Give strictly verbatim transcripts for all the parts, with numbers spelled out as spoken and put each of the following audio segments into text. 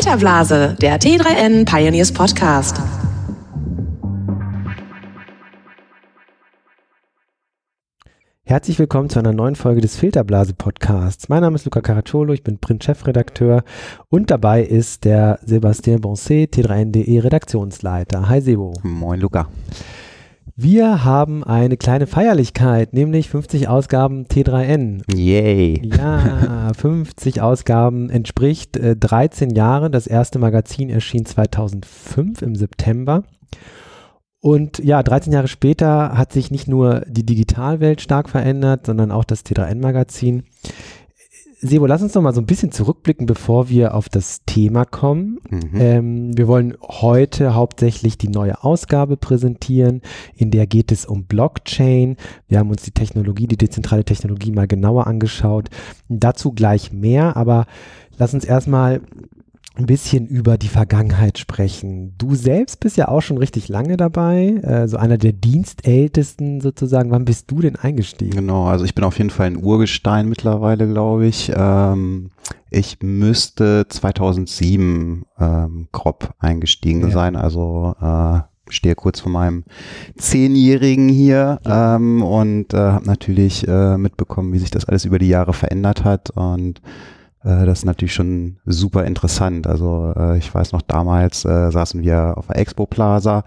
Filterblase, der T drei N Pioneers Podcast. Herzlich willkommen zu einer neuen Folge des Filterblase-Podcasts. Mein Name ist Luca Caracciolo, ich bin Print-Chefredakteur und dabei ist der Sébastien Bonset, T drei N punkt de Redaktionsleiter. Hi Sebo. Moin Luca. Wir haben eine kleine Feierlichkeit, nämlich fünfzig Ausgaben T drei N. Yay. Ja, fünfzig Ausgaben entspricht äh, dreizehn Jahre. Das erste Magazin erschien zweitausendfünf im September. Und ja, dreizehn Jahre später hat sich nicht nur die Digitalwelt stark verändert, sondern auch das T drei N-Magazin. Sebo, lass uns noch mal so ein bisschen zurückblicken, bevor wir auf das Thema kommen. Mhm. Ähm, wir wollen heute hauptsächlich die neue Ausgabe präsentieren, in der geht es um Blockchain. Wir haben uns die Technologie, die dezentrale Technologie mal genauer angeschaut. Dazu gleich mehr, aber lass uns erstmal ein bisschen über die Vergangenheit sprechen. Du selbst bist ja auch schon richtig lange dabei, äh, so einer der Dienstältesten sozusagen. Wann bist du denn eingestiegen? Genau, also ich bin auf jeden Fall ein Urgestein mittlerweile, glaube ich. Ähm, ich müsste zweitausendsieben ähm, grob eingestiegen ja. sein, also äh, stehe kurz vor meinem Zehnjährigen hier ja. ähm, und äh, habe natürlich äh, mitbekommen, wie sich das alles über die Jahre verändert hat und das ist natürlich schon super interessant. Also äh, ich weiß noch, damals äh, saßen wir auf der Expo Plaza.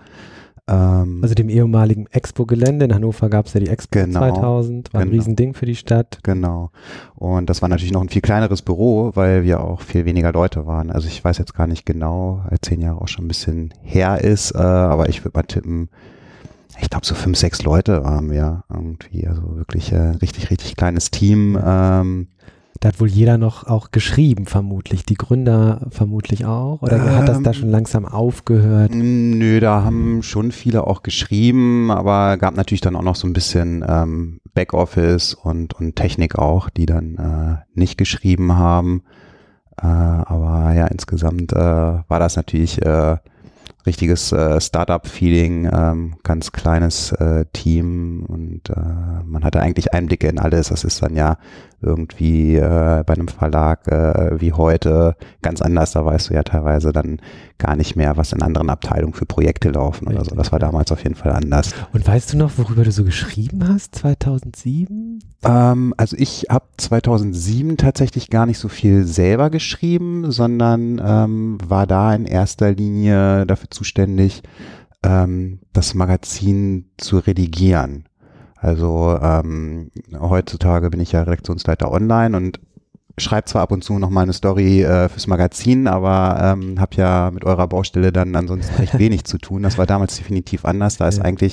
Ähm, also dem ehemaligen Expo-Gelände. In Hannover gab es ja die Expo genau, zweitausend. War ein genau. Riesending für die Stadt. Genau. Und das war natürlich noch ein viel kleineres Büro, weil wir auch viel weniger Leute waren. Also ich weiß jetzt gar nicht genau, weil zehn Jahre auch schon ein bisschen her ist, äh, aber ich würde mal tippen, ich glaube so fünf, sechs Leute waren wir irgendwie. Also wirklich ein äh, richtig, richtig kleines Team. Ähm, Da hat wohl jeder noch auch geschrieben, vermutlich. Die Gründer vermutlich auch? Oder ähm, hat das da schon langsam aufgehört? Nö, da haben schon viele auch geschrieben, aber gab natürlich dann auch noch so ein bisschen ähm, Backoffice und, und Technik auch, die dann äh, nicht geschrieben haben. Äh, aber ja, insgesamt äh, war das natürlich äh, richtiges äh, Startup-Feeling, ähm, ganz kleines äh, Team und äh, man hatte eigentlich Einblicke in alles. Das ist dann ja irgendwie äh, bei einem Verlag äh, wie heute ganz anders. Da weißt du ja teilweise dann gar nicht mehr, was in anderen Abteilungen für Projekte laufen oder so. Das war damals auf jeden Fall anders. Und weißt du noch, worüber du so geschrieben hast, zweitausendsieben? Ähm, also ich habe zweitausendsieben tatsächlich gar nicht so viel selber geschrieben, sondern ähm, war da in erster Linie dafür zuständig, ähm, das Magazin zu redigieren. Also ähm, heutzutage bin ich ja Redaktionsleiter online und schreibe zwar ab und zu noch mal eine Story äh, fürs Magazin, aber ähm, habe ja mit eurer Baustelle dann ansonsten recht wenig zu tun. Das war damals definitiv anders. Da ist ja. eigentlich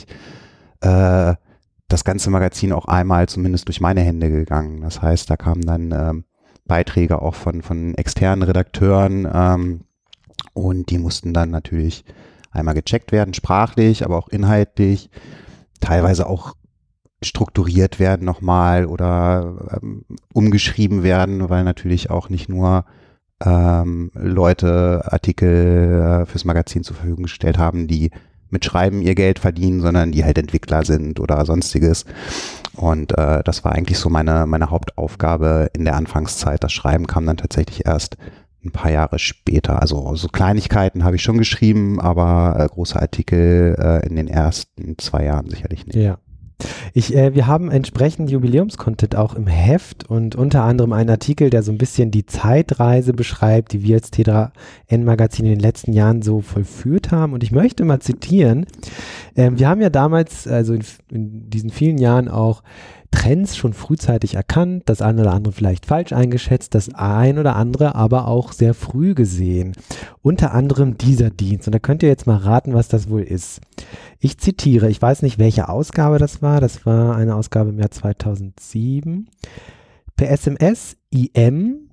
äh, das ganze Magazin auch einmal zumindest durch meine Hände gegangen. Das heißt, da kamen dann ähm, Beiträge auch von, von externen Redakteuren ähm, und die mussten dann natürlich einmal gecheckt werden, sprachlich, aber auch inhaltlich, teilweise auch strukturiert werden nochmal oder ähm, umgeschrieben werden, weil natürlich auch nicht nur ähm, Leute Artikel äh, fürs Magazin zur Verfügung gestellt haben, die mit Schreiben ihr Geld verdienen, sondern die halt Entwickler sind oder sonstiges. Und äh, das war eigentlich so meine, meine Hauptaufgabe in der Anfangszeit. Das Schreiben kam dann tatsächlich erst ein paar Jahre später. Also so Kleinigkeiten habe ich schon geschrieben, aber äh, große Artikel äh, in den ersten zwei Jahren sicherlich nicht. Ja. Ich, äh, wir haben entsprechend Jubiläumscontent auch im Heft und unter anderem einen Artikel, der so ein bisschen die Zeitreise beschreibt, die wir als T drei N-Magazin in den letzten Jahren so vollführt haben. Und ich möchte mal zitieren, äh, wir haben ja damals, also in, in diesen vielen Jahren auch Trends schon frühzeitig erkannt, das eine oder andere vielleicht falsch eingeschätzt, das ein oder andere aber auch sehr früh gesehen. Unter anderem dieser Dienst. Und da könnt ihr jetzt mal raten, was das wohl ist. Ich zitiere, ich weiß nicht, welche Ausgabe das war. Das war eine Ausgabe im Jahr zweitausendsieben. Per S M S, I M,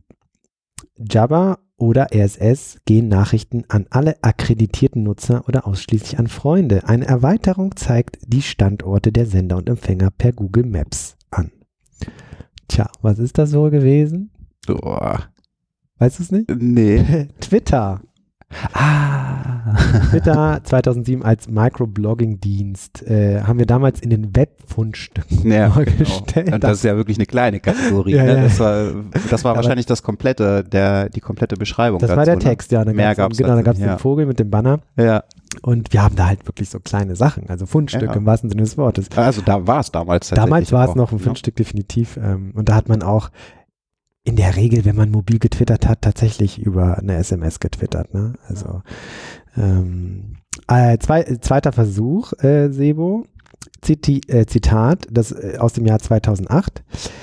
Jabber oder R S S gehen Nachrichten an alle akkreditierten Nutzer oder ausschließlich an Freunde. Eine Erweiterung zeigt die Standorte der Sender und Empfänger per Google Maps an. Tja, was ist das wohl gewesen? Boah. Weißt du es nicht? Nee. Twitter. Ah, Twitter zweitausendsieben als Microblogging-Dienst äh, haben wir damals in den Webfundstücken ja, vorgestellt. Genau. Und das ist ja wirklich eine kleine Kategorie. ja, ne? ja. Das war, das war wahrscheinlich das komplette, der, die komplette Beschreibung Das dazu, war der ne? Text, ja. Da Mehr gab's, gab's genau, da dazu gab es nicht, den ja. Vogel mit dem Banner. Ja. Und wir haben da halt wirklich so kleine Sachen, also Fundstücke Ja. im wahrsten Sinne des Wortes. Also da war es damals tatsächlich. Damals war es auch, noch ein ne? Fundstück definitiv. Ähm, und da hat man auch in der Regel, wenn man mobil getwittert hat, tatsächlich über eine S M S getwittert. Ne? Also ähm, äh, zwei, zweiter Versuch, äh, Sebo, Ziti, äh, Zitat, das äh, aus dem Jahr zweitausendacht.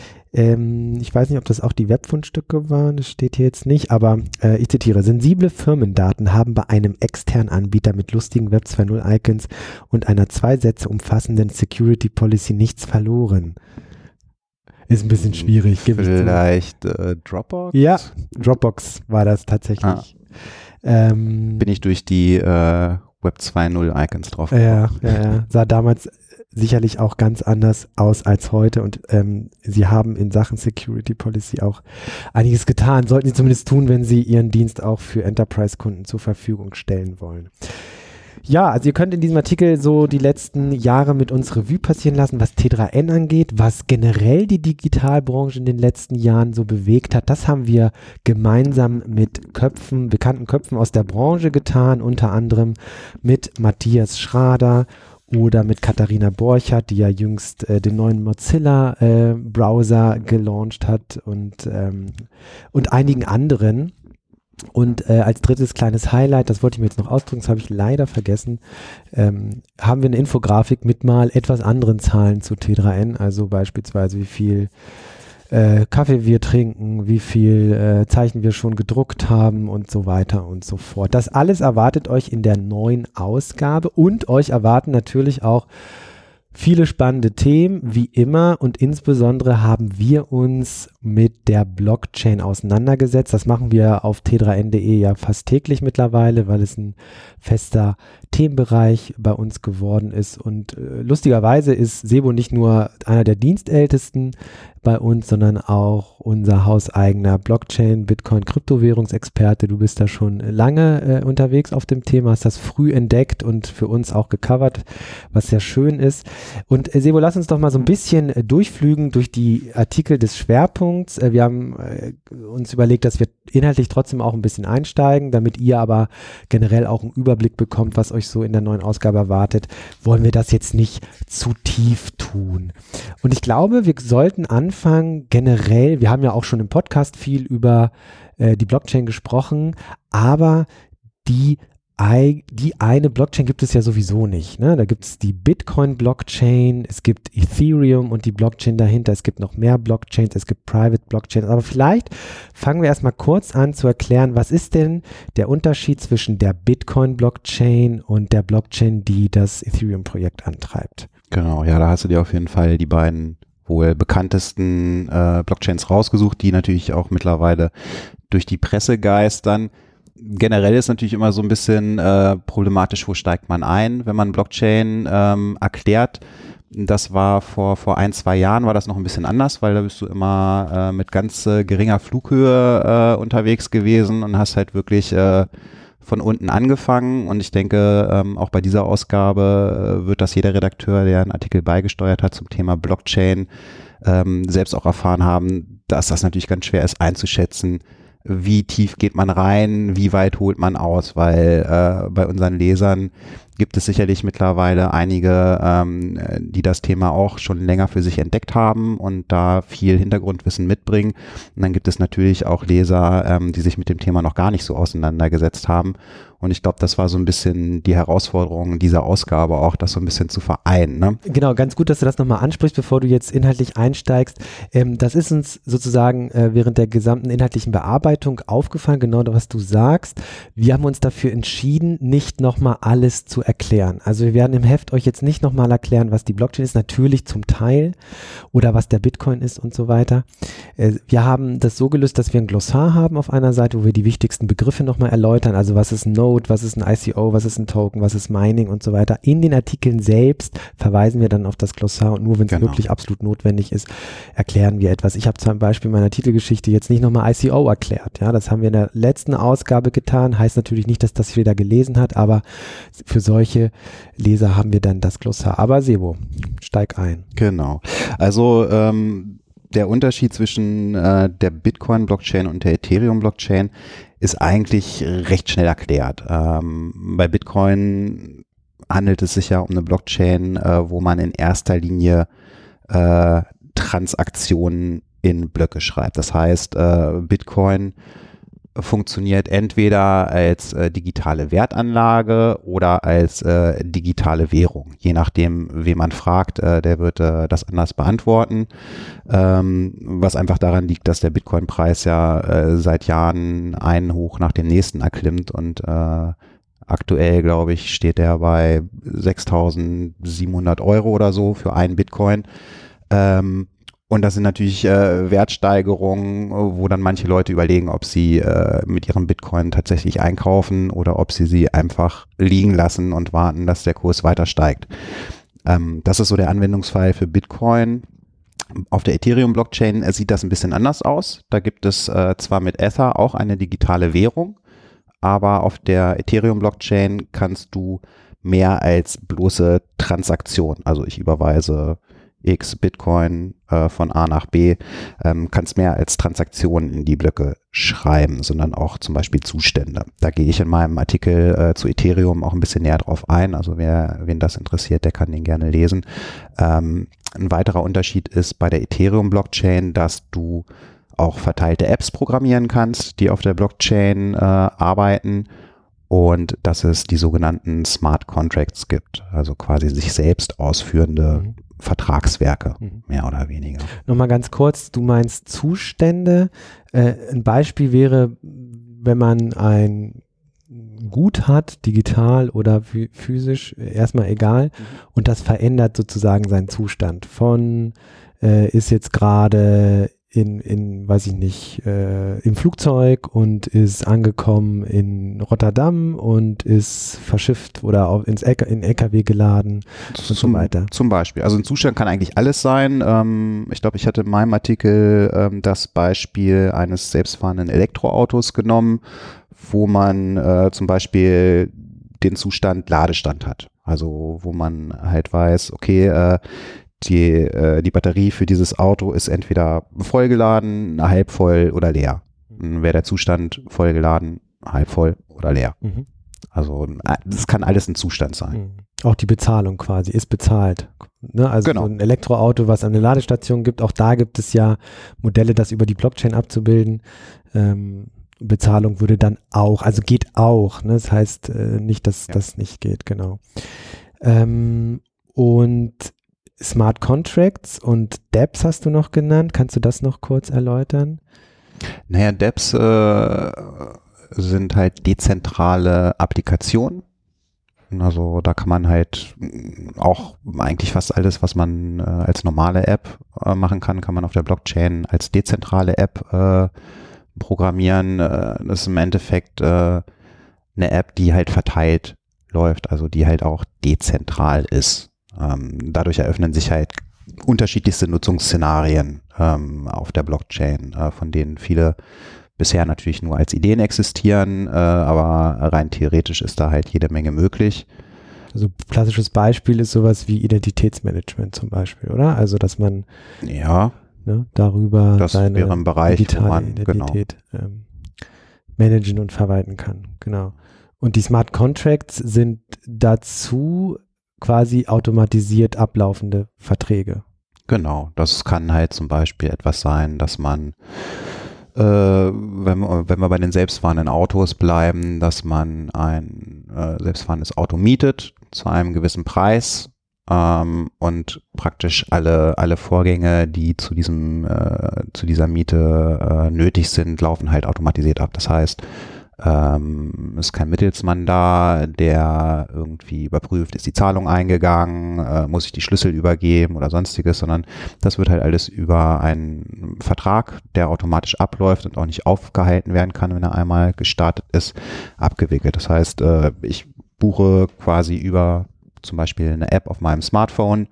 Ähm, ich weiß nicht, ob das auch die Webfundstücke waren, das steht hier jetzt nicht, aber äh, ich zitiere, sensible Firmendaten haben bei einem externen Anbieter mit lustigen Web zwei Punkt null Icons und einer zwei Sätze umfassenden Security Policy nichts verloren. Ist ein bisschen schwierig. Gebe ich zu. Vielleicht äh, Dropbox? Ja, Dropbox war das tatsächlich. Ah. Ähm, Bin ich durch die äh, Web zwei Punkt null Icons drauf ja, gekommen. ja, ja, sah damals sicherlich auch ganz anders aus als heute und ähm, sie haben in Sachen Security Policy auch einiges getan, sollten sie zumindest tun, wenn sie ihren Dienst auch für Enterprise-Kunden zur Verfügung stellen wollen. Ja, also ihr könnt in diesem Artikel so die letzten Jahre mit uns Revue passieren lassen, was T drei N angeht, was generell die Digitalbranche in den letzten Jahren so bewegt hat. Das haben wir gemeinsam mit Köpfen, bekannten Köpfen aus der Branche getan, unter anderem mit Matthias Schrader oder mit Katharina Borchardt, die ja jüngst äh, den neuen Mozilla-Browser äh, gelauncht hat und, ähm, und einigen anderen. Und äh, als drittes kleines Highlight, das wollte ich mir jetzt noch ausdrücken, das habe ich leider vergessen, ähm, haben wir eine Infografik mit mal etwas anderen Zahlen zu T drei N, also beispielsweise wie viel äh, Kaffee wir trinken, wie viel äh, Zeichen wir schon gedruckt haben und so weiter und so fort. Das alles erwartet euch in der neuen Ausgabe und euch erwarten natürlich auch viele spannende Themen, wie immer, und insbesondere haben wir uns mit der Blockchain auseinandergesetzt. Das machen wir auf t drei n punkt de ja fast täglich mittlerweile, weil es ein fester Themenbereich bei uns geworden ist. Und äh, lustigerweise ist Sebo nicht nur einer der Dienstältesten bei uns, sondern auch unser hauseigener Blockchain, Bitcoin, Kryptowährungsexperte. Du bist da schon lange äh, unterwegs auf dem Thema, hast das früh entdeckt und für uns auch gecovert, was sehr schön ist. Und äh, Sebo, lass uns doch mal so ein bisschen äh, durchflügen durch die Artikel des Schwerpunkts. Äh, wir haben äh, uns überlegt, dass wir inhaltlich trotzdem auch ein bisschen einsteigen, damit ihr aber generell auch einen Überblick bekommt, was euch so in der neuen Ausgabe erwartet. Wollen wir das jetzt nicht zu tief tun. Und ich glaube, wir sollten anfangen generell, wir haben ja auch schon im Podcast viel über äh, die Blockchain gesprochen, aber die Die eine Blockchain gibt es ja sowieso nicht. Ne? Da gibt es die Bitcoin-Blockchain, es gibt Ethereum und die Blockchain dahinter, es gibt noch mehr Blockchains, es gibt Private Blockchains. Aber vielleicht fangen wir erstmal kurz an zu erklären, was ist denn der Unterschied zwischen der Bitcoin-Blockchain und der Blockchain, die das Ethereum-Projekt antreibt? Genau, ja, da hast du dir auf jeden Fall die beiden wohl bekanntesten äh, Blockchains rausgesucht, die natürlich auch mittlerweile durch die Presse geistern. Generell ist natürlich immer so ein bisschen äh, problematisch, wo steigt man ein, wenn man Blockchain ähm, erklärt. Das war vor vor ein, zwei Jahren war das noch ein bisschen anders, weil da bist du immer äh, mit ganz äh, geringer Flughöhe äh, unterwegs gewesen und hast halt wirklich äh, von unten angefangen. Und ich denke, ähm, auch bei dieser Ausgabe äh, wird das jeder Redakteur, der einen Artikel beigesteuert hat zum Thema Blockchain, ähm, selbst auch erfahren haben, dass das natürlich ganz schwer ist einzuschätzen, wie tief geht man rein, wie weit holt man aus, weil äh, bei unseren Lesern gibt es sicherlich mittlerweile einige, ähm, die das Thema auch schon länger für sich entdeckt haben und da viel Hintergrundwissen mitbringen. Und dann gibt es natürlich auch Leser, ähm, die sich mit dem Thema noch gar nicht so auseinandergesetzt haben. Und ich glaube, das war so ein bisschen die Herausforderung dieser Ausgabe auch, das so ein bisschen zu vereinen. Ne? Genau, ganz gut, dass du das nochmal ansprichst, bevor du jetzt inhaltlich einsteigst. Ähm, das ist uns sozusagen äh, während der gesamten inhaltlichen Bearbeitung aufgefallen, genau das, was du sagst. Wir haben uns dafür entschieden, nicht nochmal alles zu erklären. Also wir werden im Heft euch jetzt nicht nochmal erklären, was die Blockchain ist, natürlich zum Teil oder was der Bitcoin ist und so weiter. Äh, wir haben das so gelöst, dass wir ein Glossar haben auf einer Seite, wo wir die wichtigsten Begriffe nochmal erläutern, also was ist ein Node, was ist ein I C O, was ist ein Token, was ist Mining und so weiter. In den Artikeln selbst verweisen wir dann auf das Glossar und nur wenn es Genau. wirklich absolut notwendig ist, erklären wir etwas. Ich habe zum Beispiel in meiner Titelgeschichte jetzt nicht nochmal I C O erklärt. Ja, das haben wir in der letzten Ausgabe getan. Heißt natürlich nicht, dass das jeder gelesen hat, aber für solche Leser haben wir dann das Glossar. Aber Sebo, steig ein. Genau. Also ähm, der Unterschied zwischen äh, der Bitcoin-Blockchain und der Ethereum-Blockchain ist eigentlich recht schnell erklärt. Ähm, bei Bitcoin handelt es sich ja um eine Blockchain, äh, wo man in erster Linie äh, Transaktionen in Blöcke schreibt. Das heißt, äh, Bitcoin funktioniert entweder als äh, digitale Wertanlage oder als äh, digitale Währung. Je nachdem, wen man fragt, äh, der wird äh, das anders beantworten. Ähm, was einfach daran liegt, dass der Bitcoin-Preis ja äh, seit Jahren einen Hoch nach dem nächsten erklimmt und äh, aktuell, glaube ich, steht er bei sechstausendsiebenhundert Euro oder so für einen Bitcoin. Ähm, Und das sind natürlich äh, Wertsteigerungen, wo dann manche Leute überlegen, ob sie äh, mit ihrem Bitcoin tatsächlich einkaufen oder ob sie sie einfach liegen lassen und warten, dass der Kurs weiter steigt. Ähm, das ist so der Anwendungsfall für Bitcoin. Auf der Ethereum-Blockchain äh, sieht das ein bisschen anders aus. Da gibt es äh, zwar mit Ether auch eine digitale Währung, aber auf der Ethereum-Blockchain kannst du mehr als bloße Transaktion, also ich überweise X Bitcoin äh, von A nach B, ähm, kannst mehr als Transaktionen in die Blöcke schreiben, sondern auch zum Beispiel Zustände. Da gehe ich in meinem Artikel äh, zu Ethereum auch ein bisschen näher drauf ein. Also wer, wen das interessiert, der kann den gerne lesen. Ähm, ein weiterer Unterschied ist bei der Ethereum-Blockchain, dass du auch verteilte Apps programmieren kannst, die auf der Blockchain äh, arbeiten. Und dass es die sogenannten Smart Contracts gibt, also quasi sich selbst ausführende mhm. Vertragswerke, mhm. mehr oder weniger. Nochmal ganz kurz, du meinst Zustände. Äh, ein Beispiel wäre, wenn man ein Gut hat, digital oder physisch, erstmal egal, mhm. und das verändert sozusagen seinen Zustand von, äh, ist jetzt gerade in, in, weiß ich nicht, äh, im Flugzeug und ist angekommen in Rotterdam und ist verschifft oder auf, ins L K, in L K W geladen und zum, so weiter. Zum Beispiel. Also ein Zustand kann eigentlich alles sein. Ähm, ich glaube, ich hatte in meinem Artikel ähm, das Beispiel eines selbstfahrenden Elektroautos genommen, wo man äh, zum Beispiel den Zustand Ladestand hat. Also wo man halt weiß, okay, äh, Die, äh, die Batterie für dieses Auto ist entweder vollgeladen, halb voll oder leer. Dann wäre der Zustand vollgeladen, halb voll oder leer. Mhm. Also das kann alles ein Zustand sein. Mhm. Auch die Bezahlung quasi ist bezahlt. Ne? Also genau. So ein Elektroauto, was eine Ladestation gibt, auch da gibt es ja Modelle, das über die Blockchain abzubilden. Ähm, Bezahlung würde dann auch, also geht auch. Ne? Das heißt äh, nicht, dass ja. das nicht geht, genau. Ähm, und Smart Contracts und dApps hast du noch genannt. Kannst du das noch kurz erläutern? Naja, dApps äh, sind halt dezentrale Applikationen. Also da kann man halt auch eigentlich fast alles, was man äh, als normale App äh, machen kann, kann man auf der Blockchain als dezentrale App äh, programmieren. Äh, das ist im Endeffekt äh, eine App, die halt verteilt läuft, also die halt auch dezentral ist. Ähm, dadurch eröffnen sich halt unterschiedlichste Nutzungsszenarien ähm, auf der Blockchain, äh, von denen viele bisher natürlich nur als Ideen existieren, äh, aber rein theoretisch ist da halt jede Menge möglich. Also klassisches Beispiel ist sowas wie Identitätsmanagement zum Beispiel, oder? Also dass man ja, ne, darüber das seine wäre ein Bereich, digitale wo man, Identität genau. ähm, managen und verwalten kann. Genau. Und die Smart Contracts sind dazu quasi automatisiert ablaufende Verträge. Genau, das kann halt zum Beispiel etwas sein, dass man, äh, wenn, wenn wir bei den selbstfahrenden Autos bleiben, dass man ein äh, selbstfahrendes Auto mietet zu einem gewissen Preis ähm, und praktisch alle, alle Vorgänge, die zu diesem, äh, zu dieser Miete äh, nötig sind, laufen halt automatisiert ab. Das heißt, Ähm, ist kein Mittelsmann da, der irgendwie überprüft, ist die Zahlung eingegangen, äh, muss ich die Schlüssel übergeben oder sonstiges, sondern das wird halt alles über einen Vertrag, der automatisch abläuft und auch nicht aufgehalten werden kann, wenn er einmal gestartet ist, abgewickelt. Das heißt, äh, ich buche quasi über zum Beispiel eine App auf meinem Smartphone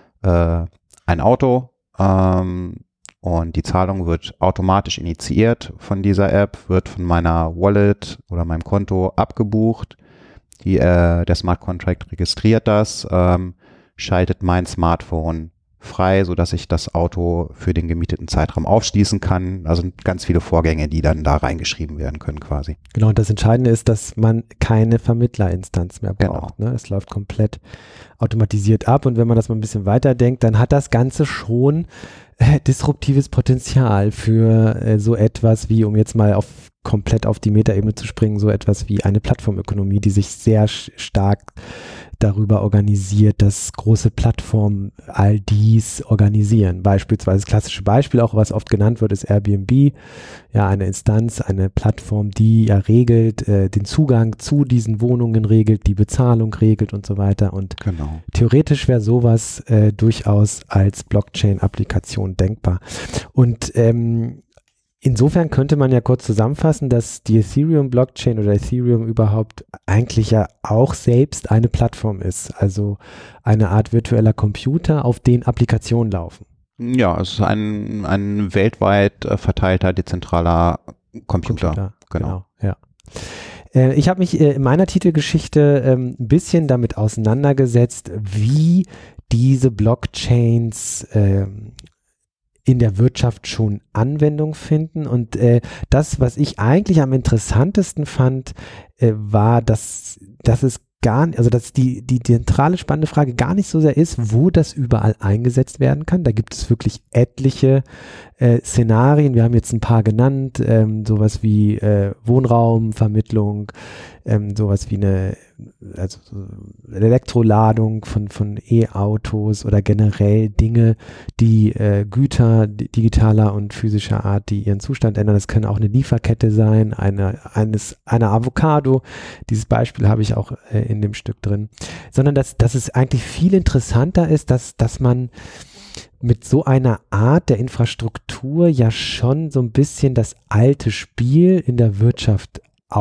äh, ein Auto, ähm, und die Zahlung wird automatisch initiiert von dieser App, wird von meiner Wallet oder meinem Konto abgebucht. Die, äh, der Smart Contract registriert das, ähm, schaltet mein Smartphone frei, sodass ich das Auto für den gemieteten Zeitraum aufschließen kann. Also ganz viele Vorgänge, die dann da reingeschrieben werden können quasi. Genau, und das Entscheidende ist, dass man keine Vermittlerinstanz mehr braucht. Genau. Ne? Es läuft komplett automatisiert ab, und wenn man das mal ein bisschen weiterdenkt, dann hat das Ganze schon äh, disruptives Potenzial für äh, so etwas wie, um jetzt mal auf komplett auf die Metaebene zu springen, so etwas wie eine Plattformökonomie, die sich sehr stark darüber organisiert, dass große Plattformen all dies organisieren. Beispielsweise das klassische Beispiel, auch was oft genannt wird, ist Airbnb. Ja, eine Instanz, eine Plattform, die ja regelt, äh, den Zugang zu diesen Wohnungen regelt, die Bezahlung regelt und so weiter. Und genau. Theoretisch wäre sowas äh, durchaus als Blockchain-Applikation denkbar. Und ähm, insofern könnte man ja kurz zusammenfassen, dass die Ethereum-Blockchain oder Ethereum überhaupt eigentlich ja auch selbst eine Plattform ist, also eine Art virtueller Computer, auf den Applikationen laufen. Ja, es ist ein, ein weltweit äh, verteilter, dezentraler Computer. Computer genau. genau, ja. Äh, ich habe mich äh, in meiner Titelgeschichte ähm, ein bisschen damit auseinandergesetzt, wie diese Blockchains ähm, in der Wirtschaft schon Anwendung finden, und äh, das, was ich eigentlich am interessantesten fand, äh, war, dass, dass es gar nicht, also dass die, die zentrale spannende Frage gar nicht so sehr ist, wo das überall eingesetzt werden kann. Da gibt es wirklich etliche äh, Szenarien. Wir haben jetzt ein paar genannt, ähm, sowas wie äh, Wohnraumvermittlung, ähm, sowas wie eine, also so Elektroladung von, von E-Autos oder generell Dinge, die äh, Güter digitaler und physischer Art, die ihren Zustand ändern. Das kann auch eine Lieferkette sein, eine, eines, eine Avocado. Dieses Beispiel habe ich auch äh, in dem Stück drin. Sondern dass, dass es eigentlich viel interessanter ist, dass, dass man mit so einer Art der Infrastruktur ja schon so ein bisschen das alte Spiel in der Wirtschaft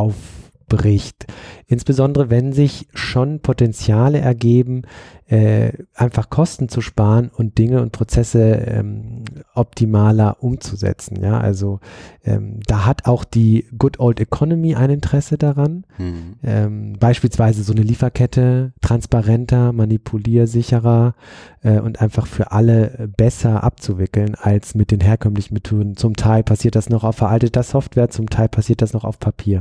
aufbricht. Insbesondere wenn sich schon Potenziale ergeben, äh, einfach Kosten zu sparen und Dinge und Prozesse ähm, optimaler umzusetzen. Ja, also ähm, da hat auch die Good Old Economy ein Interesse daran. Mhm. Ähm, beispielsweise so eine Lieferkette transparenter, manipuliersicherer äh, und einfach für alle besser abzuwickeln als mit den herkömmlichen Methoden. Zum Teil passiert das noch auf veralteter Software, zum Teil passiert das noch auf Papier.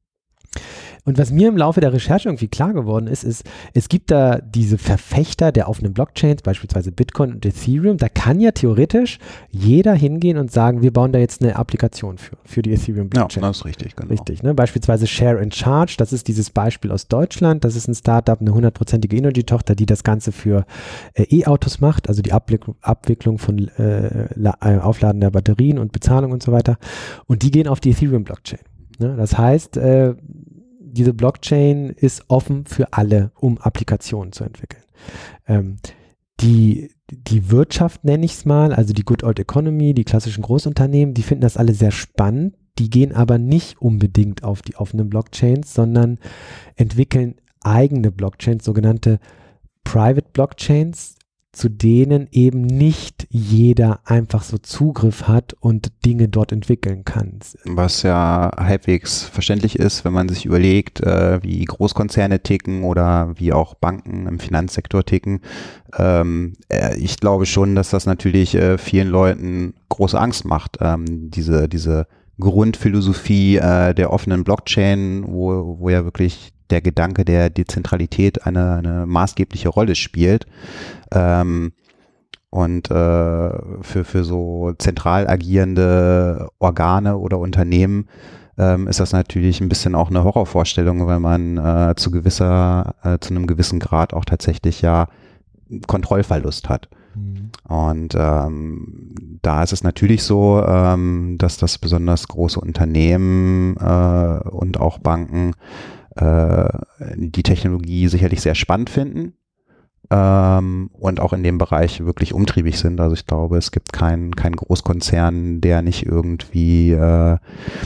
Und was mir im Laufe der Recherche irgendwie klar geworden ist, ist, es gibt da diese Verfechter der offenen Blockchains, beispielsweise Bitcoin und Ethereum. Da kann ja theoretisch jeder hingehen und sagen, wir bauen da jetzt eine Applikation für, für die Ethereum-Blockchain. Ja, das ist richtig, genau. Richtig, ne? Beispielsweise Share and Charge, das ist dieses Beispiel aus Deutschland. Das ist ein Startup, eine hundertprozentige Energy-Tochter, die das Ganze für äh, E-Autos macht, also die Abwicklung, Abwicklung von äh, La- äh, Aufladen der Batterien und Bezahlung und so weiter. Und die gehen auf die Ethereum-Blockchain. Ne? Das heißt, äh, diese Blockchain ist offen für alle, um Applikationen zu entwickeln. Ähm, die, die Wirtschaft, nenne ich es mal, also die Good Old Economy, die klassischen Großunternehmen, die finden das alle sehr spannend. Die gehen aber nicht unbedingt auf die offenen Blockchains, sondern entwickeln eigene Blockchains, sogenannte Private Blockchains, zu denen eben nicht jeder einfach so Zugriff hat und Dinge dort entwickeln kann. Was ja halbwegs verständlich ist, wenn man sich überlegt, äh, wie Großkonzerne ticken oder wie auch Banken im Finanzsektor ticken. Ähm, äh, ich glaube schon, dass das natürlich äh, vielen Leuten große Angst macht, ähm, diese, diese Grundphilosophie äh, der offenen Blockchain, wo, wo ja wirklich der Gedanke der Dezentralität eine, eine maßgebliche Rolle spielt. Ähm, und äh, für, für so zentral agierende Organe oder Unternehmen ähm, ist das natürlich ein bisschen auch eine Horrorvorstellung, weil man äh, zu gewisser, äh, zu einem gewissen Grad auch tatsächlich ja Kontrollverlust hat. Mhm. Und ähm, da ist es natürlich so, ähm, dass das besonders große Unternehmen äh, und auch Banken äh, die Technologie sicherlich sehr spannend finden. Ähm, und auch in dem Bereich wirklich umtriebig sind. Also ich glaube, es gibt keinen kein Großkonzern, der nicht irgendwie äh,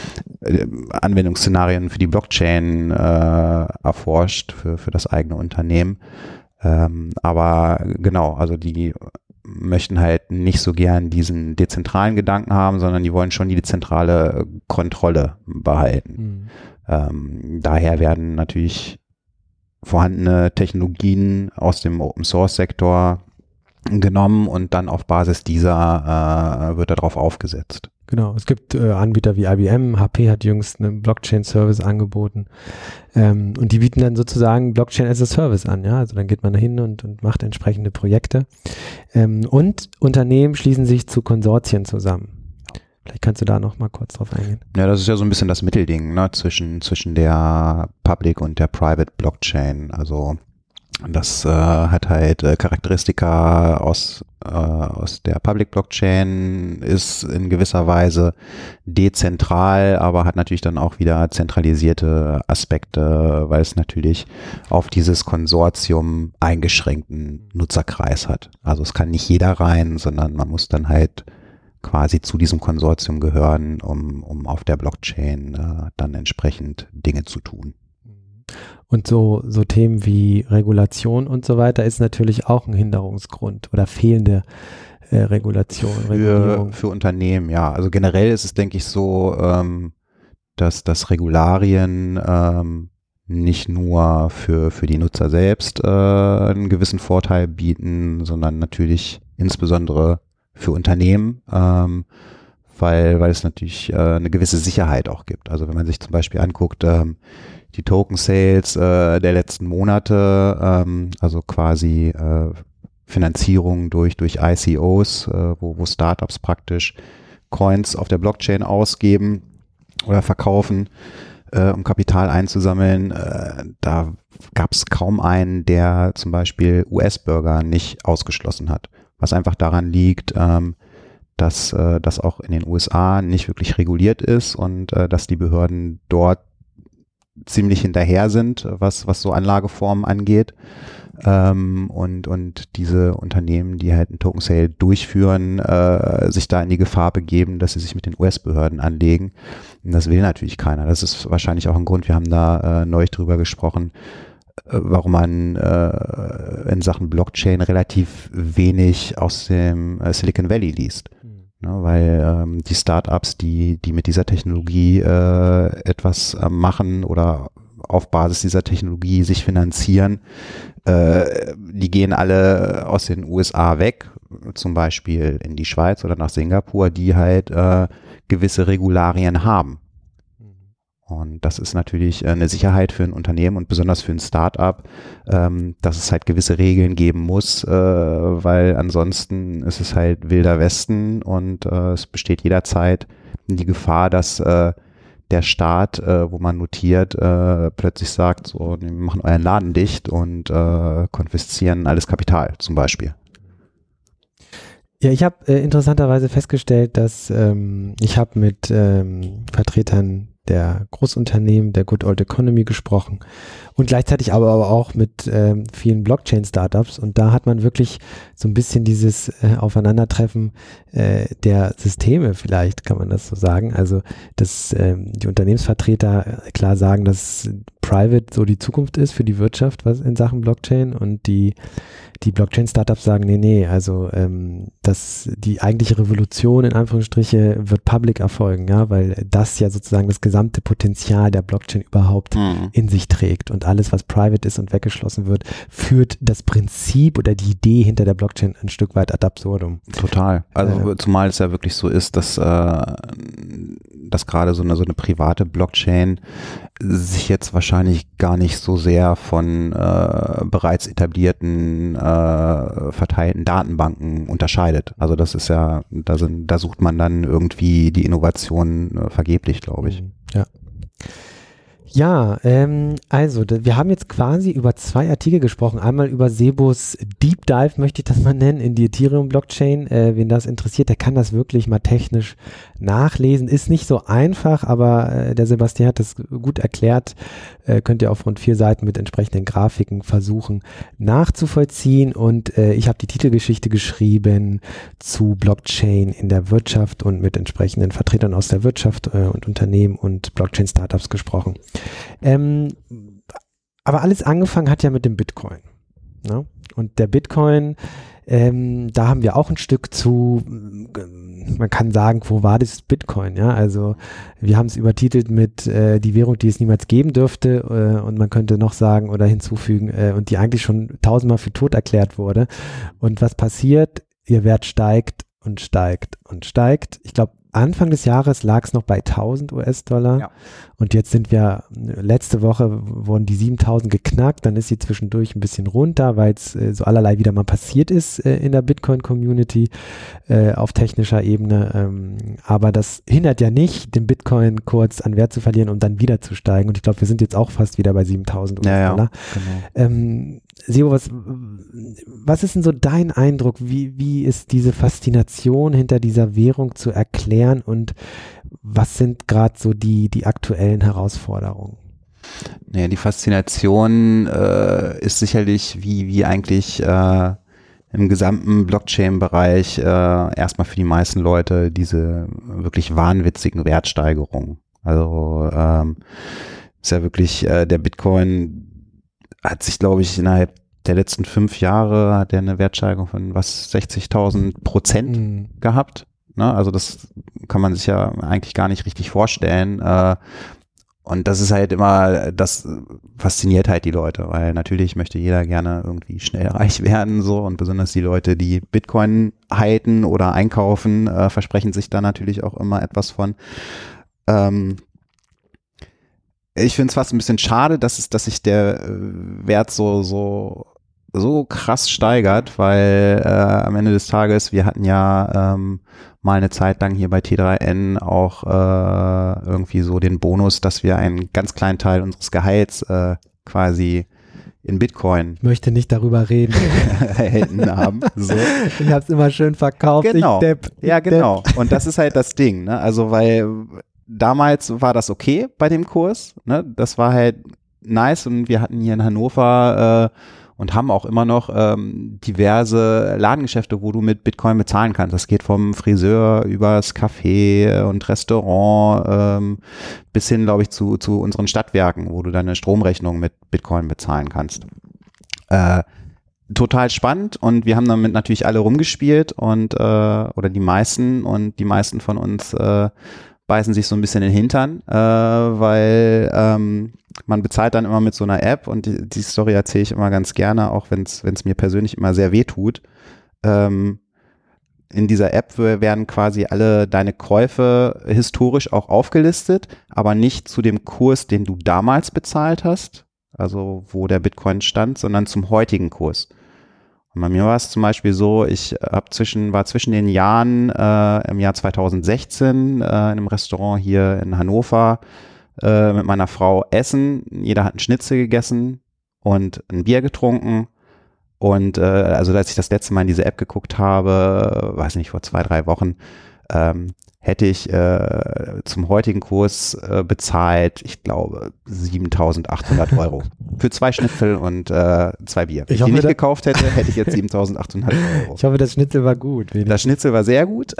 Anwendungsszenarien für die Blockchain äh, erforscht für, für das eigene Unternehmen. Ähm, aber genau, also die möchten halt nicht so gern diesen dezentralen Gedanken haben, sondern die wollen schon die dezentrale Kontrolle behalten. Mhm. Ähm, daher werden natürlich vorhandene Technologien aus dem Open-Source-Sektor genommen und dann auf Basis dieser äh, wird darauf aufgesetzt. Genau, es gibt äh, Anbieter wie I B M, H P hat jüngst einen Blockchain-Service angeboten ähm, und die bieten dann sozusagen Blockchain as a Service an, ja, also dann geht man da hin und, und macht entsprechende Projekte ähm, und Unternehmen schließen sich zu Konsortien zusammen. Vielleicht kannst du da noch mal kurz drauf eingehen. Ja, das ist ja so ein bisschen das Mittelding, ne, zwischen, zwischen der Public und der Private Blockchain. Also das äh, hat halt äh, Charakteristika aus, äh, aus der Public Blockchain, ist in gewisser Weise dezentral, aber hat natürlich dann auch wieder zentralisierte Aspekte, weil es natürlich auf dieses Konsortium eingeschränkten Nutzerkreis hat. Also es kann nicht jeder rein, sondern man muss dann halt quasi zu diesem Konsortium gehören, um, um auf der Blockchain äh, dann entsprechend Dinge zu tun. Und so, so Themen wie Regulation und so weiter ist natürlich auch ein Hinderungsgrund oder fehlende äh, Regulation. Für, für Unternehmen, ja. Also generell ist es, denke ich, so, ähm, dass, dass Regularien ähm, nicht nur für, für die Nutzer selbst äh, einen gewissen Vorteil bieten, sondern natürlich insbesondere für Unternehmen, ähm, weil, weil es natürlich äh, eine gewisse Sicherheit auch gibt. Also wenn man sich zum Beispiel anguckt, ähm, die Token-Sales äh, der letzten Monate, ähm, also quasi äh, Finanzierung durch, durch I C Os, äh, wo, wo Startups praktisch Coins auf der Blockchain ausgeben oder verkaufen, äh, um Kapital einzusammeln, äh, da gab es kaum einen, der zum Beispiel U S-Bürger nicht ausgeschlossen hat. Was einfach daran liegt, ähm, dass äh, das auch in den U S A nicht wirklich reguliert ist und äh, dass die Behörden dort ziemlich hinterher sind, was, was so Anlageformen angeht. Ähm, und, und diese Unternehmen, die halt einen Token Sale durchführen, äh, sich da in die Gefahr begeben, dass sie sich mit den U S-Behörden anlegen. Und das will natürlich keiner. Das ist wahrscheinlich auch ein Grund, wir haben da äh, neulich drüber gesprochen, warum man äh, in Sachen Blockchain relativ wenig aus dem äh, Silicon Valley liest. Mhm. Ne, weil ähm, die Startups, die, die mit dieser Technologie äh, etwas äh, machen oder auf Basis dieser Technologie sich finanzieren, äh, die gehen alle aus den U S A weg, zum Beispiel in die Schweiz oder nach Singapur, die halt äh, gewisse Regularien haben. Und das ist natürlich eine Sicherheit für ein Unternehmen und besonders für ein Start-up, ähm, dass es halt gewisse Regeln geben muss, äh, weil ansonsten ist es halt wilder Westen und äh, es besteht jederzeit die Gefahr, dass äh, der Staat, äh, wo man notiert, äh, plötzlich sagt, so, wir machen euren Laden dicht und äh, konfiszieren alles Kapital zum Beispiel. Ja, ich habe äh, interessanterweise festgestellt, dass ähm, ich habe mit ähm, Vertretern der Großunternehmen, der Good Old Economy gesprochen und gleichzeitig aber, aber auch mit ähm, vielen Blockchain-Startups und da hat man wirklich so ein bisschen dieses äh, Aufeinandertreffen äh, der Systeme, vielleicht kann man das so sagen, also dass ähm, die Unternehmensvertreter klar sagen, dass Private so die Zukunft ist für die Wirtschaft was in Sachen Blockchain und die die Blockchain-Startups sagen, nee, nee, also ähm, dass die eigentliche Revolution in Anführungsstriche wird public erfolgen, ja, weil das ja sozusagen das gesamte Potenzial der Blockchain überhaupt mhm. in sich trägt und alles, was private ist und weggeschlossen wird, führt das Prinzip oder die Idee hinter der Blockchain ein Stück weit ad absurdum. Total. Also äh, zumal es ja wirklich so ist, dass, äh, dass gerade so eine, so eine private Blockchain sich jetzt wahrscheinlich gar nicht so sehr von äh, bereits etablierten äh, verteilten Datenbanken unterscheidet. Also das ist ja, da sind, da sucht man dann irgendwie die Innovation äh, vergeblich, glaube ich. Ja. Ja, ähm, also da, wir haben jetzt quasi über zwei Artikel gesprochen. Einmal über Sebos Deep Dive, möchte ich das mal nennen, in die Ethereum-Blockchain. Äh, wen das interessiert, der kann das wirklich mal technisch nachlesen. Ist nicht so einfach, aber äh, der Sebastian hat das gut erklärt. Äh, könnt ihr auf rund vier Seiten mit entsprechenden Grafiken versuchen nachzuvollziehen. Und äh, ich habe die Titelgeschichte geschrieben zu Blockchain in der Wirtschaft und mit entsprechenden Vertretern aus der Wirtschaft äh, und Unternehmen und Blockchain-Startups gesprochen. Ähm, aber alles angefangen hat ja mit dem Bitcoin. Ne? Und der Bitcoin, ähm, da haben wir auch ein Stück zu, man kann sagen, wo war das Bitcoin? Ja, also wir haben es übertitelt mit äh, die Währung, die es niemals geben dürfte, äh, und man könnte noch sagen oder hinzufügen, äh, und die eigentlich schon tausendmal für tot erklärt wurde. Und was passiert? Ihr Wert steigt und steigt und steigt. Ich glaube, Anfang des Jahres lag es noch bei tausend US-Dollar, ja. Und jetzt sind wir, letzte Woche wurden die siebentausend geknackt, dann ist sie zwischendurch ein bisschen runter, weil es äh, so allerlei wieder mal passiert ist äh, in der Bitcoin-Community äh, auf technischer Ebene, ähm, aber das hindert ja nicht, den Bitcoin kurz an Wert zu verlieren und dann wieder zu steigen, und ich glaube, wir sind jetzt auch fast wieder bei siebentausend US-Dollar. Ja, ja, genau. ähm, Sebo, was, was ist denn so dein Eindruck, wie, wie ist diese Faszination hinter dieser Währung zu erklären, und was sind gerade so die, die aktuellen Herausforderungen? Naja, die Faszination äh, ist sicherlich, wie, wie eigentlich äh, im gesamten Blockchain-Bereich äh, erstmal für die meisten Leute diese wirklich wahnwitzigen Wertsteigerungen. Also ähm, ist ja wirklich, äh, der Bitcoin hat sich, glaube ich, innerhalb der letzten fünf Jahre hat er eine Wertsteigerung von was, sechzigtausend Prozent mhm. gehabt. Ne? Also das kann man sich ja eigentlich gar nicht richtig vorstellen. Äh, und das ist halt immer, das fasziniert halt die Leute, weil natürlich möchte jeder gerne irgendwie schnell reich werden, so, und besonders die Leute, die Bitcoin halten oder einkaufen, äh, versprechen sich da natürlich auch immer etwas von. Ähm, Ich finde es fast ein bisschen schade, dass es, dass sich der Wert so, so, so krass steigert, weil äh, am Ende des Tages, wir hatten ja ähm, mal eine Zeit lang hier bei T drei N auch äh, irgendwie so den Bonus, dass wir einen ganz kleinen Teil unseres Gehalts äh, quasi in Bitcoin. Ich möchte nicht darüber reden. erhalten haben. So. Ich habe es immer schön verkauft. Genau. Ich depp, ich ja, genau. Depp. Und das ist halt das Ding, ne? Also, weil damals war das okay bei dem Kurs, ne? Das war halt nice, und wir hatten hier in Hannover äh, und haben auch immer noch ähm, diverse Ladengeschäfte, wo du mit Bitcoin bezahlen kannst. Das geht vom Friseur übers Café und Restaurant ähm, bis hin, glaube ich, zu, zu unseren Stadtwerken, wo du deine Stromrechnung mit Bitcoin bezahlen kannst. Äh, total spannend, und wir haben damit natürlich alle rumgespielt, und äh, oder die meisten, und die meisten von uns äh, beißen sich so ein bisschen in den Hintern, äh, weil ähm, man bezahlt dann immer mit so einer App, und die, die Story erzähle ich immer ganz gerne, auch wenn es mir persönlich immer sehr weh tut. Ähm, in dieser App werden quasi alle deine Käufe historisch auch aufgelistet, aber nicht zu dem Kurs, den du damals bezahlt hast, also wo der Bitcoin stand, sondern zum heutigen Kurs. Und bei mir war es zum Beispiel so, ich hab zwischen, war zwischen den Jahren äh, im Jahr zweitausendsechzehn äh, in einem Restaurant hier in Hannover äh, mit meiner Frau essen. Jeder hat einen Schnitzel gegessen und ein Bier getrunken. Und äh, also als ich das letzte Mal in diese App geguckt habe, weiß nicht, vor zwei, drei Wochen, ähm, hätte ich äh, zum heutigen Kurs äh, bezahlt, ich glaube, siebentausendachthundert Euro. Für zwei Schnitzel und äh, zwei Bier. Wenn ich, ich die nicht gekauft hätte, hätte ich jetzt siebentausendachthundert Euro. Ich hoffe, das Schnitzel war gut. Wenigstens. Das Schnitzel war sehr gut,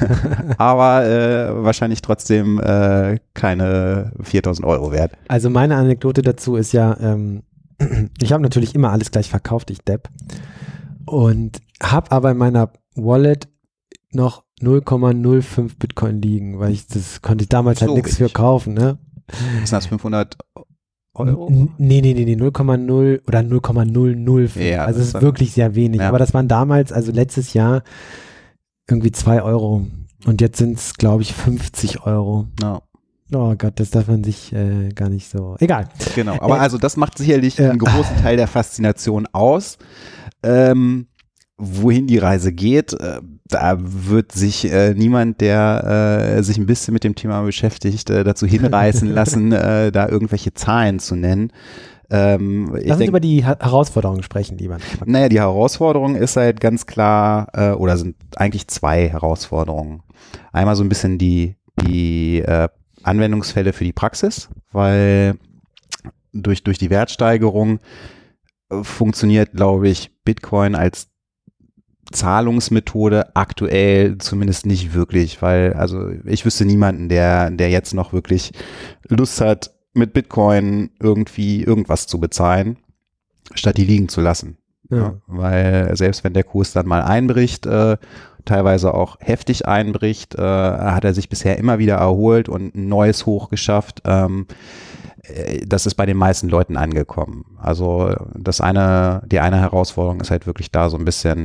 aber äh, wahrscheinlich trotzdem äh, keine viertausend Euro wert. Also meine Anekdote dazu ist ja, ähm, ich habe natürlich immer alles gleich verkauft, ich Depp. Und habe aber in meiner Wallet noch null Komma null fünf Bitcoin liegen, weil ich das konnte ich damals so halt nichts für kaufen, ne? Sind das fünfhundert Euro? N nee, nee, nee, nee, null Komma null oder null Komma null null fünf. Ja, also es ist wirklich sehr wenig. Ja. Aber das waren damals, also letztes Jahr, irgendwie zwei Euro. Und jetzt sind es, glaube ich, fünfzig Euro. No. Oh Gott, das darf man sich äh, gar nicht so. Egal. Genau, aber äh, also das macht sicherlich äh, einen großen Teil der Faszination aus. Ähm, wohin die Reise geht, äh, da wird sich äh, niemand, der äh, sich ein bisschen mit dem Thema beschäftigt, äh, dazu hinreißen lassen, äh, da irgendwelche Zahlen zu nennen. Ähm, Lass uns über die ha- Herausforderungen sprechen, lieber. Naja, die Herausforderung ist halt ganz klar, äh, oder sind eigentlich zwei Herausforderungen. Einmal so ein bisschen die, die äh, Anwendungsfälle für die Praxis, weil durch, durch die Wertsteigerung äh, funktioniert, glaube ich, Bitcoin als Zahlungsmethode aktuell zumindest nicht wirklich, weil also ich wüsste niemanden, der, der jetzt noch wirklich Lust hat, mit Bitcoin irgendwie irgendwas zu bezahlen, statt die liegen zu lassen. Ja. Ja, weil selbst wenn der Kurs dann mal einbricht, äh, teilweise auch heftig einbricht, äh, hat er sich bisher immer wieder erholt und ein neues Hoch geschafft. Ähm, äh, das ist bei den meisten Leuten angekommen. Also das eine, die eine Herausforderung ist halt wirklich da so ein bisschen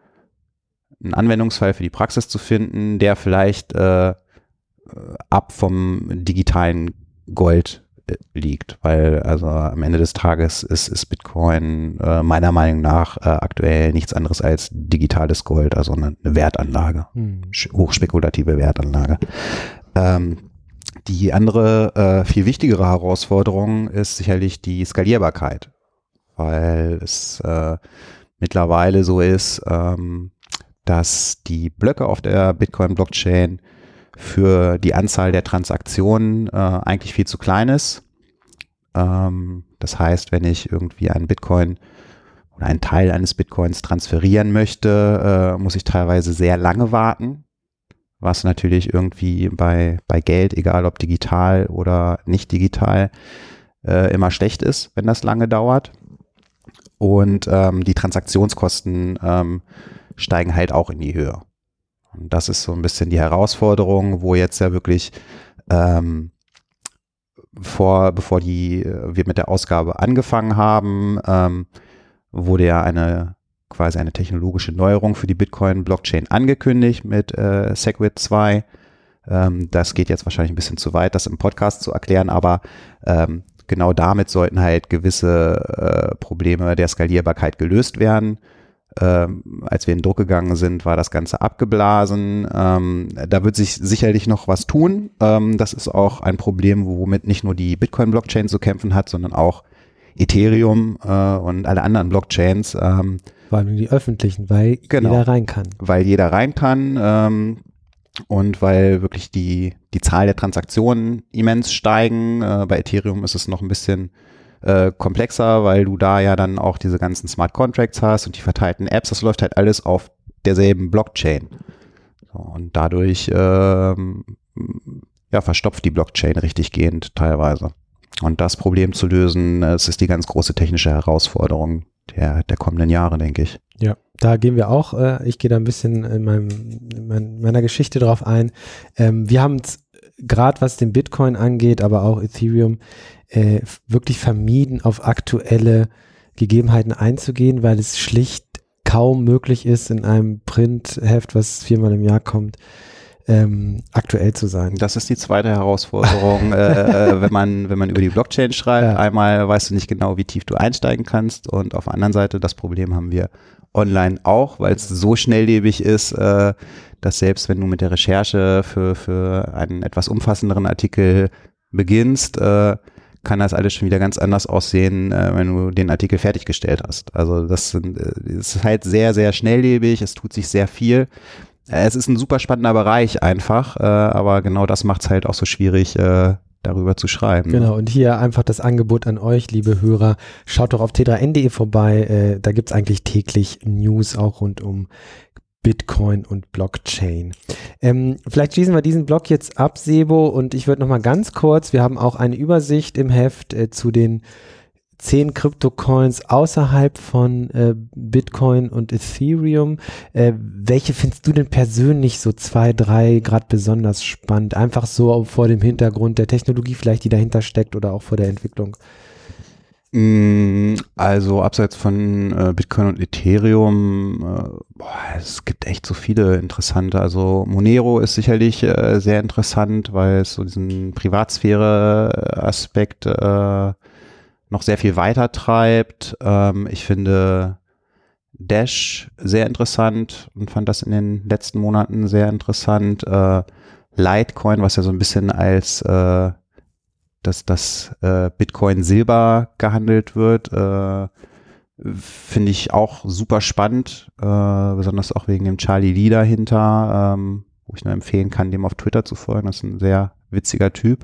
einen Anwendungsfall für die Praxis zu finden, der vielleicht äh, ab vom digitalen Gold liegt, weil also am Ende des Tages ist, ist Bitcoin äh, meiner Meinung nach äh, aktuell nichts anderes als digitales Gold, also eine, eine Wertanlage, Hm. hochspekulative Wertanlage. Ähm, die andere, äh, viel wichtigere Herausforderung ist sicherlich die Skalierbarkeit, weil es äh, mittlerweile so ist, ähm, dass die Blöcke auf der Bitcoin-Blockchain für die Anzahl der Transaktionen äh, eigentlich viel zu klein ist. Ähm, das heißt, wenn ich irgendwie einen Bitcoin oder einen Teil eines Bitcoins transferieren möchte, äh, muss ich teilweise sehr lange warten, was natürlich irgendwie bei, bei Geld, egal ob digital oder nicht digital, äh, immer schlecht ist, wenn das lange dauert. Und ähm, die Transaktionskosten ähm, steigen halt auch in die Höhe. Und das ist so ein bisschen die Herausforderung, wo jetzt ja wirklich ähm, vor, bevor die, wir mit der Ausgabe angefangen haben, ähm, wurde ja eine quasi eine technologische Neuerung für die Bitcoin-Blockchain angekündigt mit äh, SegWit zwei. Ähm, das geht jetzt wahrscheinlich ein bisschen zu weit, das im Podcast zu erklären, aber ähm, genau damit sollten halt gewisse äh, Probleme der Skalierbarkeit gelöst werden. Ähm, als wir in Druck gegangen sind, war das Ganze abgeblasen. Ähm, da wird sich sicherlich noch was tun. Ähm, das ist auch ein Problem, womit nicht nur die Bitcoin-Blockchain zu kämpfen hat, sondern auch Ethereum äh, und alle anderen Blockchains. Ähm, Vor allem die öffentlichen, weil genau, jeder rein kann. Weil jeder rein kann ähm, und weil wirklich die, die Zahl der Transaktionen immens steigen. Äh, bei Ethereum ist es noch ein bisschen Äh, komplexer, weil du da ja dann auch diese ganzen Smart Contracts hast und die verteilten Apps, das läuft halt alles auf derselben Blockchain. So, und dadurch ähm, ja, verstopft die Blockchain richtig gehend teilweise. Und das Problem zu lösen, das ist die ganz große technische Herausforderung der, der kommenden Jahre, denke ich. Ja, da gehen wir auch, äh, ich gehe da ein bisschen in, meinem, in mein, meiner Geschichte drauf ein. Ähm, wir haben es gerade was den Bitcoin angeht, aber auch Ethereum, äh, wirklich vermieden, auf aktuelle Gegebenheiten einzugehen, weil es schlicht kaum möglich ist, in einem Printheft, was viermal im Jahr kommt, ähm, aktuell zu sein. Das ist die zweite Herausforderung, äh, wenn man wenn man über die Blockchain schreibt. Ja. Einmal weißt du nicht genau, wie tief du einsteigen kannst und auf der anderen Seite, das Problem haben wir online auch, weil es so schnelllebig ist, äh, dass selbst wenn du mit der Recherche für, für einen etwas umfassenderen Artikel beginnst, äh, kann das alles schon wieder ganz anders aussehen, äh, wenn du den Artikel fertiggestellt hast. Also das, sind, äh, das ist halt sehr, sehr schnelllebig, es tut sich sehr viel. Äh, es ist ein super spannender Bereich einfach, äh, aber genau das macht es halt auch so schwierig, äh, darüber zu schreiben. Genau, und hier einfach das Angebot an euch, liebe Hörer, schaut doch auf t drei n punkt d e vorbei, äh, da gibt es eigentlich täglich News auch rund um Bitcoin und Blockchain. Ähm, vielleicht schließen wir diesen Blog jetzt ab, Sebo, und ich würde noch mal ganz kurz, wir haben auch eine Übersicht im Heft äh, zu den zehn Kryptocoins außerhalb von äh, Bitcoin und Ethereum. Äh, welche findest du denn persönlich so zwei, drei gerade besonders spannend? Einfach so vor dem Hintergrund der Technologie vielleicht, die dahinter steckt oder auch vor der Entwicklung? Also abseits von äh, Bitcoin und Ethereum, äh, boah, es gibt echt so viele interessante. Also Monero ist sicherlich äh, sehr interessant, weil es so diesen Privatsphäre-Aspekt äh, noch sehr viel weiter treibt. Ähm, ich finde Dash sehr interessant und fand das in den letzten Monaten sehr interessant. Äh, Litecoin, was ja so ein bisschen als äh, das, das äh, Bitcoin Silber gehandelt wird, äh, finde ich auch super spannend, äh, besonders auch wegen dem Charlie Lee dahinter, ähm, wo ich nur empfehlen kann, dem auf Twitter zu folgen. Das ist ein sehr witziger Typ.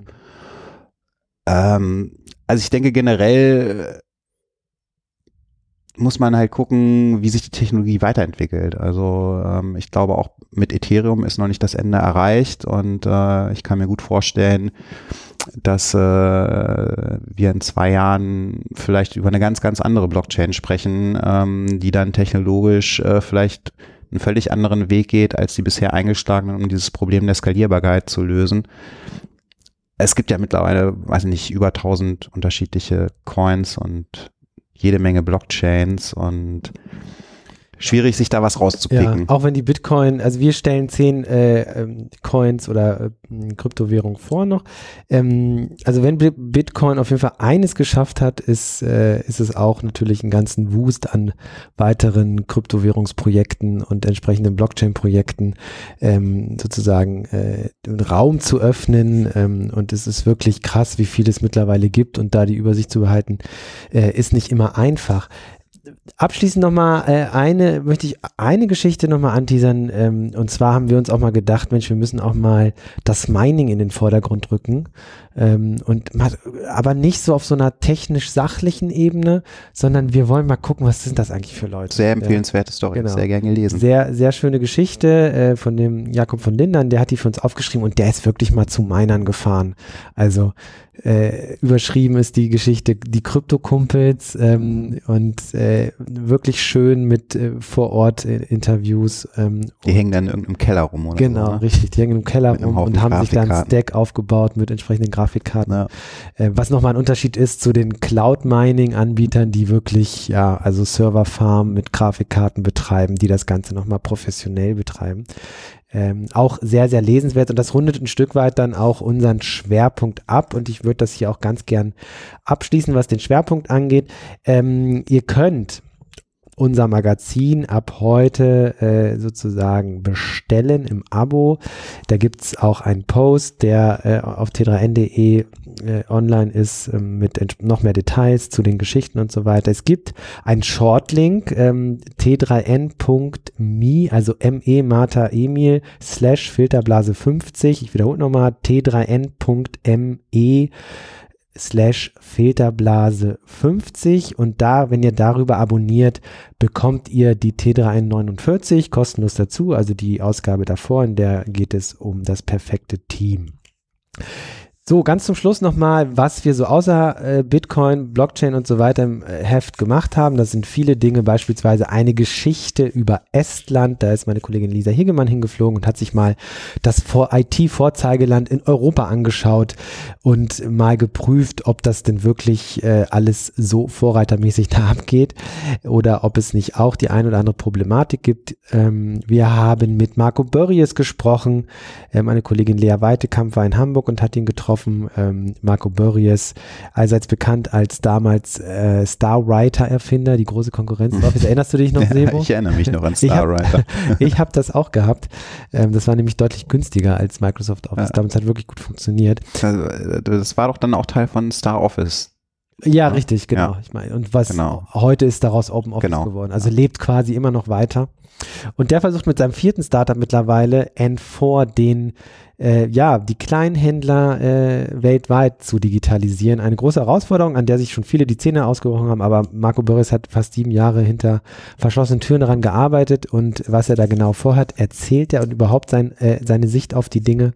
Ähm, also ich denke generell muss man halt gucken, wie sich die Technologie weiterentwickelt. Also ähm, ich glaube auch mit Ethereum ist noch nicht das Ende erreicht und äh, ich kann mir gut vorstellen, dass äh, wir in zwei Jahren vielleicht über eine ganz, ganz andere Blockchain sprechen, ähm, die dann technologisch äh, vielleicht einen völlig anderen Weg geht, als die bisher eingeschlagenen, um dieses Problem der Skalierbarkeit zu lösen. Es gibt ja mittlerweile, weiß ich nicht, über tausend unterschiedliche Coins und jede Menge Blockchains und schwierig, sich da was rauszupicken. Ja, auch wenn die Bitcoin, also wir stellen zehn äh, ähm, Coins oder äh, Kryptowährungen vor noch. Ähm, also wenn Bitcoin auf jeden Fall eines geschafft hat, ist, äh, ist es auch natürlich einen ganzen Wust an weiteren Kryptowährungsprojekten und entsprechenden Blockchain-Projekten ähm, sozusagen äh, den Raum zu öffnen. Ähm, und es ist wirklich krass, wie viel es mittlerweile gibt und da die Übersicht zu behalten, äh, ist nicht immer einfach. Abschließend nochmal äh, eine, möchte ich eine Geschichte nochmal anteasern, ähm, und zwar haben wir uns auch mal gedacht, Mensch, wir müssen auch mal das Mining in den Vordergrund rücken, ähm, und mal, aber nicht so auf so einer technisch-sachlichen Ebene, sondern wir wollen mal gucken, was sind das eigentlich für Leute. Sehr empfehlenswerte Story, genau. Sehr gerne gelesen. Sehr, sehr schöne Geschichte äh, von dem Jakob von Lindern, der hat die für uns aufgeschrieben und der ist wirklich mal zu Minern gefahren. Also Äh, überschrieben ist die Geschichte die Krypto-Kumpels, ähm, und äh, wirklich schön mit äh, vor Ort äh, Interviews. Ähm, die hängen dann in irgendeinem Keller rum, oder? Genau, so, ne? richtig. Die hängen im Keller Mit einem rum und Haufen haben sich dann einen Grafikkarten. Stack aufgebaut mit entsprechenden Grafikkarten. Ja. Äh, was nochmal ein Unterschied ist zu den Cloud-Mining-Anbietern, die wirklich, ja, also Serverfarm mit Grafikkarten betreiben, die das Ganze nochmal professionell betreiben. Ähm, auch sehr, sehr lesenswert und das rundet ein Stück weit dann auch unseren Schwerpunkt ab und ich würde das hier auch ganz gern abschließen, was den Schwerpunkt angeht. Ähm, ihr könnt unser Magazin ab heute äh, sozusagen bestellen im Abo. Da gibt es auch einen Post, der äh, auf t drei n punkt de äh, online ist, äh, mit noch mehr Details zu den Geschichten und so weiter. Es gibt einen Shortlink, ähm, t drei n punkt me, also me Martha Emil slash Filterblase fünfzig. Ich wiederhole nochmal, t drei n punkt me slash Filterblase fünfzig und da, wenn ihr darüber abonniert, bekommt ihr die T drei N neunundvierzig kostenlos dazu, also die Ausgabe davor, in der geht es um das perfekte Team. So, ganz zum Schluss nochmal, was wir so außer äh, Bitcoin, Blockchain und so weiter im äh, Heft gemacht haben. Das sind viele Dinge, beispielsweise eine Geschichte über Estland. Da ist meine Kollegin Lisa Higgemann hingeflogen und hat sich mal das I T-Vorzeigeland in Europa angeschaut und mal geprüft, ob das denn wirklich äh, alles so vorreitermäßig da abgeht oder ob es nicht auch die ein oder andere Problematik gibt. Ähm, wir haben mit Marco Börries gesprochen. Äh, meine Kollegin Lea Weitekamp war in Hamburg und hat ihn getroffen. Ähm, Marco Börries, allseits bekannt als damals äh, Starwriter-Erfinder, die große Konkurrenz. Erinnerst du dich noch, Sebo? Ja, ich erinnere mich noch an Starwriter. Ich habe hab das auch gehabt. Ähm, das war nämlich deutlich günstiger als Microsoft Office. Ja. Damals hat wirklich gut funktioniert. Also, das war doch dann auch Teil von Star Office. Ja, ja. Richtig, genau. Ja. Ich meine, und was genau. heute ist daraus Open Office genau. geworden. Also ja. lebt quasi immer noch weiter. Und der versucht mit seinem vierten Startup mittlerweile N vier den, äh, ja, die Kleinhändler äh, weltweit zu digitalisieren. Eine große Herausforderung, an der sich schon viele die Zähne ausgebrochen haben, aber Marco Börries hat fast sieben Jahre hinter verschlossenen Türen daran gearbeitet und was er da genau vorhat, erzählt er und überhaupt sein, äh, seine Sicht auf die Dinge.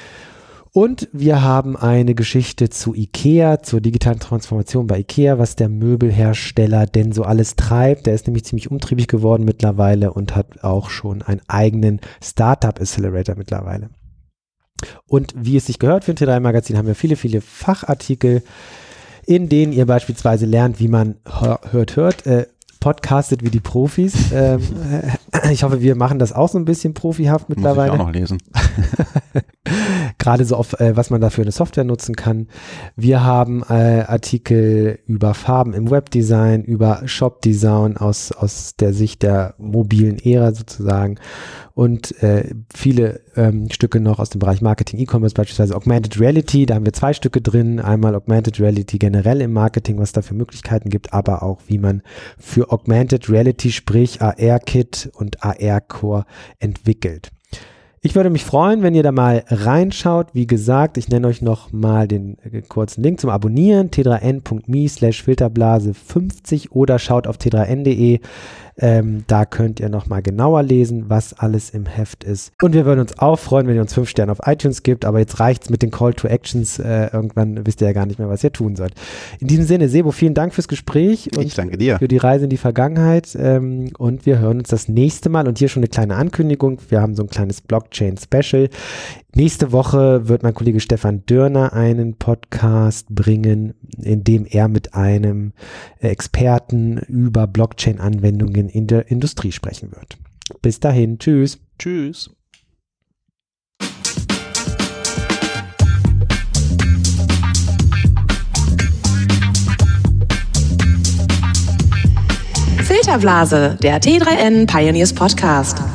Und wir haben eine Geschichte zu IKEA, zur digitalen Transformation bei IKEA, was der Möbelhersteller denn so alles treibt. Der ist nämlich ziemlich umtriebig geworden mittlerweile und hat auch schon einen eigenen Startup Accelerator mittlerweile. Und wie es sich gehört für ein T drei Magazin, haben wir viele, viele Fachartikel, in denen ihr beispielsweise lernt, wie man hört, hört, äh, podcastet wie die Profis. Ähm, ich hoffe, wir machen das auch so ein bisschen profihaft mittlerweile. Muss ich auch noch lesen. gerade so auf, äh, was man da für eine Software nutzen kann. Wir haben äh, Artikel über Farben im Webdesign, über Shop-Design aus, aus der Sicht der mobilen Ära sozusagen und äh, viele ähm, Stücke noch aus dem Bereich Marketing, E-Commerce, beispielsweise Augmented Reality, da haben wir zwei Stücke drin, einmal Augmented Reality generell im Marketing, was da für Möglichkeiten gibt, aber auch wie man für Augmented Reality, sprich A R-Kit und A R-Core entwickelt. Ich würde mich freuen, wenn ihr da mal reinschaut. Wie gesagt, ich nenne euch noch mal den äh, kurzen Link zum Abonnieren, t drei n punkt me slash filterblase fünfzig oder schaut auf t drei n punkt de. Ähm, da könnt ihr noch mal genauer lesen, was alles im Heft ist. Und wir würden uns auch freuen, wenn ihr uns fünf Sterne auf iTunes gebt, aber jetzt reicht's mit den Call to Actions. Äh, irgendwann wisst ihr ja gar nicht mehr, was ihr tun sollt. In diesem Sinne, Sebo, vielen Dank fürs Gespräch und ich danke dir. Für die Reise in die Vergangenheit. Ähm, und wir hören uns das nächste Mal. Und hier schon eine kleine Ankündigung. Wir haben so ein kleines Blockchain-Special. Nächste Woche wird mein Kollege Stefan Dörner einen Podcast bringen, in dem er mit einem Experten über Blockchain-Anwendungen in der Industrie sprechen wird. Bis dahin, tschüss. Tschüss. Filterblase, der T drei N Pioneers Podcast.